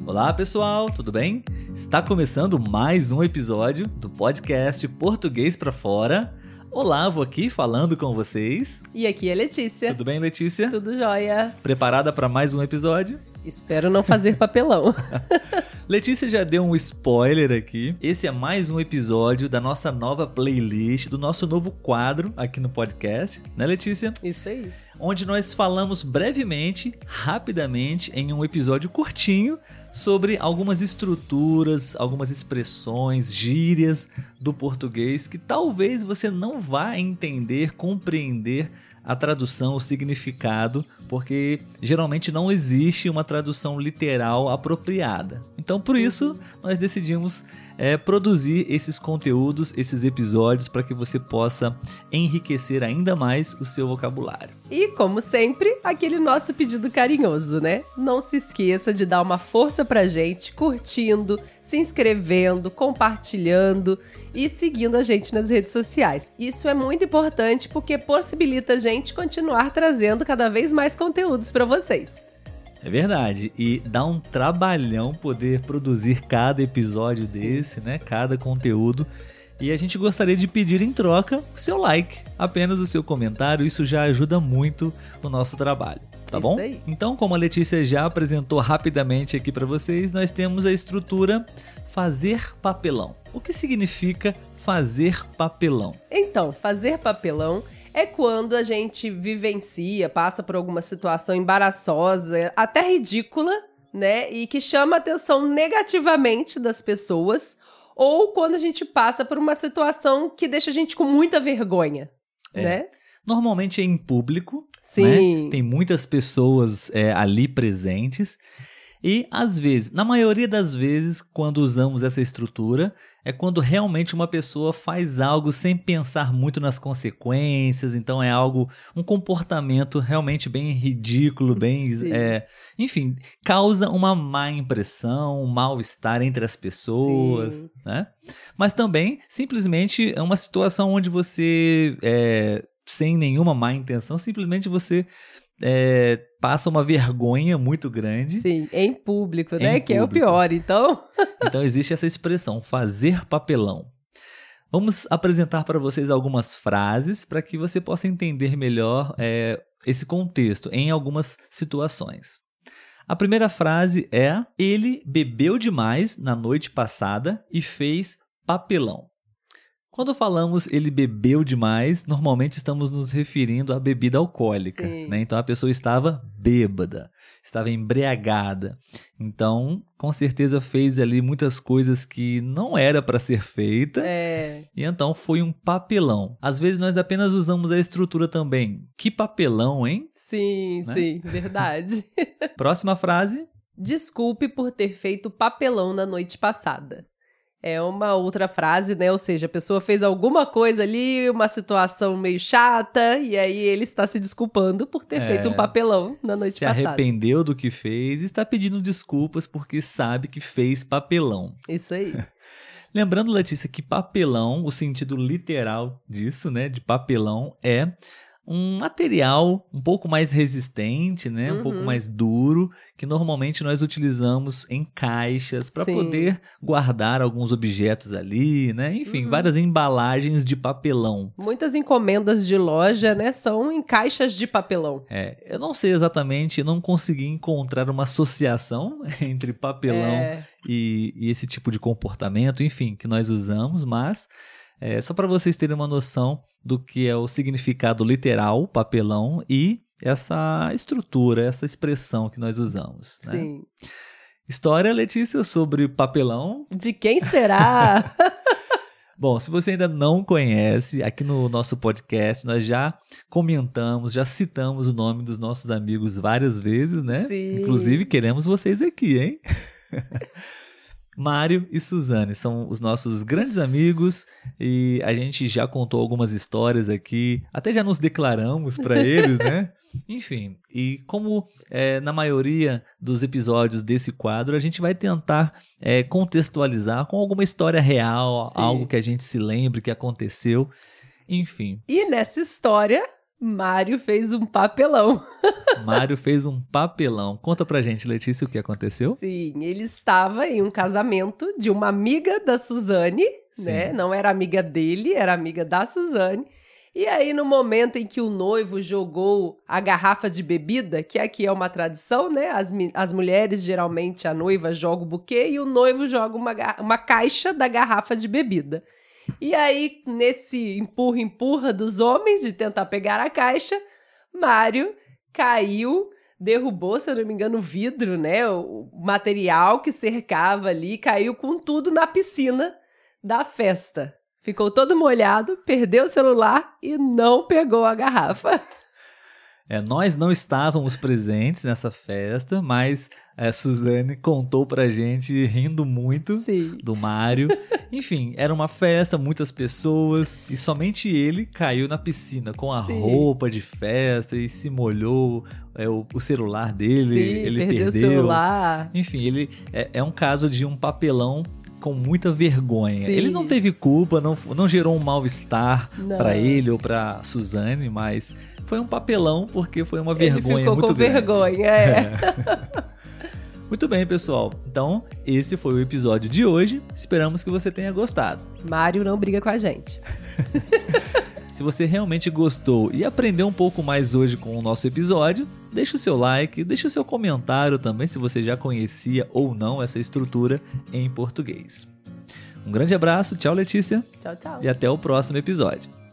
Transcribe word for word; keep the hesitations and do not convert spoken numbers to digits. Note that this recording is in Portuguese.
Olá pessoal, tudo bem? Está começando mais um episódio do podcast Português pra Fora. Olavo aqui falando com vocês. E aqui é Letícia. Tudo bem, Letícia? Tudo jóia. Preparada para mais um episódio? Espero não fazer papelão. Letícia já deu um spoiler aqui. Esse é mais um episódio da nossa nova playlist, do nosso novo quadro aqui no podcast, né, Letícia? Isso aí. Onde nós falamos brevemente, rapidamente, em um episódio curtinho, sobre algumas estruturas, algumas expressões, gírias do português que talvez você não vá entender, compreender a tradução, o significado, porque geralmente não existe uma tradução literal apropriada. Então, por isso, nós decidimos é, produzir esses conteúdos, esses episódios, para que você possa enriquecer ainda mais o seu vocabulário. E, como sempre, aquele nosso pedido carinhoso, né? Não se esqueça de dar uma força pra gente, curtindo, se inscrevendo, compartilhando e seguindo a gente nas redes sociais. Isso é muito importante porque possibilita a gente continuar trazendo cada vez mais conteúdos para vocês. É verdade, e dá um trabalhão poder produzir cada episódio desse, né? Cada conteúdo. E a gente gostaria de pedir em troca o seu like, apenas o seu comentário, isso já ajuda muito o nosso trabalho, tá isso bom? Aí. Então, como a Letícia já apresentou rapidamente aqui para vocês, nós temos a estrutura fazer papelão. O que significa fazer papelão? Então, fazer papelão é quando a gente vivencia, passa por alguma situação embaraçosa, até ridícula, né? E que chama a atenção negativamente das pessoas, ou quando a gente passa por uma situação que deixa a gente com muita vergonha, é. né? Normalmente é em público, Sim. Né? Tem muitas pessoas é, ali presentes. E, às vezes, na maioria das vezes, quando usamos essa estrutura, é quando realmente uma pessoa faz algo sem pensar muito nas consequências, então é algo, um comportamento realmente bem ridículo, bem, é, enfim, causa uma má impressão, um mal-estar entre as pessoas, Sim. né? Mas também, simplesmente, é uma situação onde você, é, sem nenhuma má intenção, simplesmente você... É, passa uma vergonha muito grande. Sim, em público, né? Em que público. é o pior, então... Então existe essa expressão, fazer papelão. Vamos apresentar para vocês algumas frases para que você possa entender melhor é, esse contexto em algumas situações. A primeira frase é: ele bebeu demais na noite passada e fez papelão. Quando falamos ele bebeu demais, normalmente estamos nos referindo à bebida alcoólica, né? Então a pessoa estava bêbada, estava embriagada. Então, com certeza fez ali muitas coisas que não era para ser feita. É. E então foi um papelão. Às vezes nós apenas usamos a estrutura também. Que papelão, hein? Sim, né? Sim, verdade. Próxima frase. Desculpe por ter feito papelão na noite passada. É uma outra frase, né? Ou seja, a pessoa fez alguma coisa ali, uma situação meio chata, e aí ele está se desculpando por ter é, feito um papelão na noite se passada. Se arrependeu do que fez e está pedindo desculpas porque sabe que fez papelão. Isso aí. Lembrando, Letícia, que papelão, o sentido literal disso, né? De papelão, é um material um pouco mais resistente, né? Uhum. Um pouco mais duro, que normalmente nós utilizamos em caixas para poder guardar alguns objetos ali, né? Enfim, uhum. várias embalagens de papelão. Muitas encomendas de loja, né? São em caixas de papelão. É, eu não sei exatamente, eu não consegui encontrar uma associação entre papelão é. e, e esse tipo de comportamento, enfim, que nós usamos, mas... É, só para vocês terem uma noção do que é o significado literal, papelão, e essa estrutura, essa expressão que nós usamos. Né? Sim. História, Letícia, sobre papelão. De quem será? Bom, se você ainda não conhece, aqui no nosso podcast nós já comentamos, já citamos o nome dos nossos amigos várias vezes, né? Sim. Inclusive, queremos vocês aqui, hein? Mário e Suzane são os nossos grandes amigos e a gente já contou algumas histórias aqui, até já nos declaramos para eles, né? Enfim, e como é, na maioria dos episódios desse quadro, a gente vai tentar é, contextualizar com alguma história real, Sim. algo que a gente se lembre que aconteceu, enfim. E nessa história... Mário fez um papelão. Mário fez um papelão. Conta pra gente, Letícia, o que aconteceu? Sim, ele estava em um casamento de uma amiga da Suzane, Sim. né? Não era amiga dele, era amiga da Suzane. E aí, no momento em que o noivo jogou a garrafa de bebida, que aqui é uma tradição, né? As, as mulheres, geralmente, a noiva joga o buquê e o noivo joga uma, uma caixa da garrafa de bebida. E aí, nesse empurra-empurra dos homens de tentar pegar a caixa, Mário caiu, derrubou, se eu não me engano, o vidro, né? O material que cercava ali, caiu com tudo na piscina da festa. Ficou todo molhado, perdeu o celular e não pegou a garrafa. É, nós não estávamos presentes nessa festa, mas a Suzane contou pra gente, rindo muito, Sim. do Mário. Enfim, era uma festa, muitas pessoas, e somente ele caiu na piscina com a Sim. roupa de festa e se molhou, é, o, o celular dele, Sim, ele perdeu. perdeu. o celular. Enfim, ele é, é um caso de um papelão com muita vergonha. Sim. Ele não teve culpa, não, não gerou um mal-estar pra ele ou pra Suzane, mas foi um papelão porque foi uma vergonha ele ficou muito com grande. vergonha, é. é. Muito bem, pessoal. Então, esse foi o episódio de hoje. Esperamos que você tenha gostado. Mário não briga com a gente. Se você realmente gostou e aprendeu um pouco mais hoje com o nosso episódio, deixa o seu like, deixa o seu comentário também se você já conhecia ou não essa estrutura em português. Um grande abraço, tchau Letícia. Tchau, tchau. E até o próximo episódio.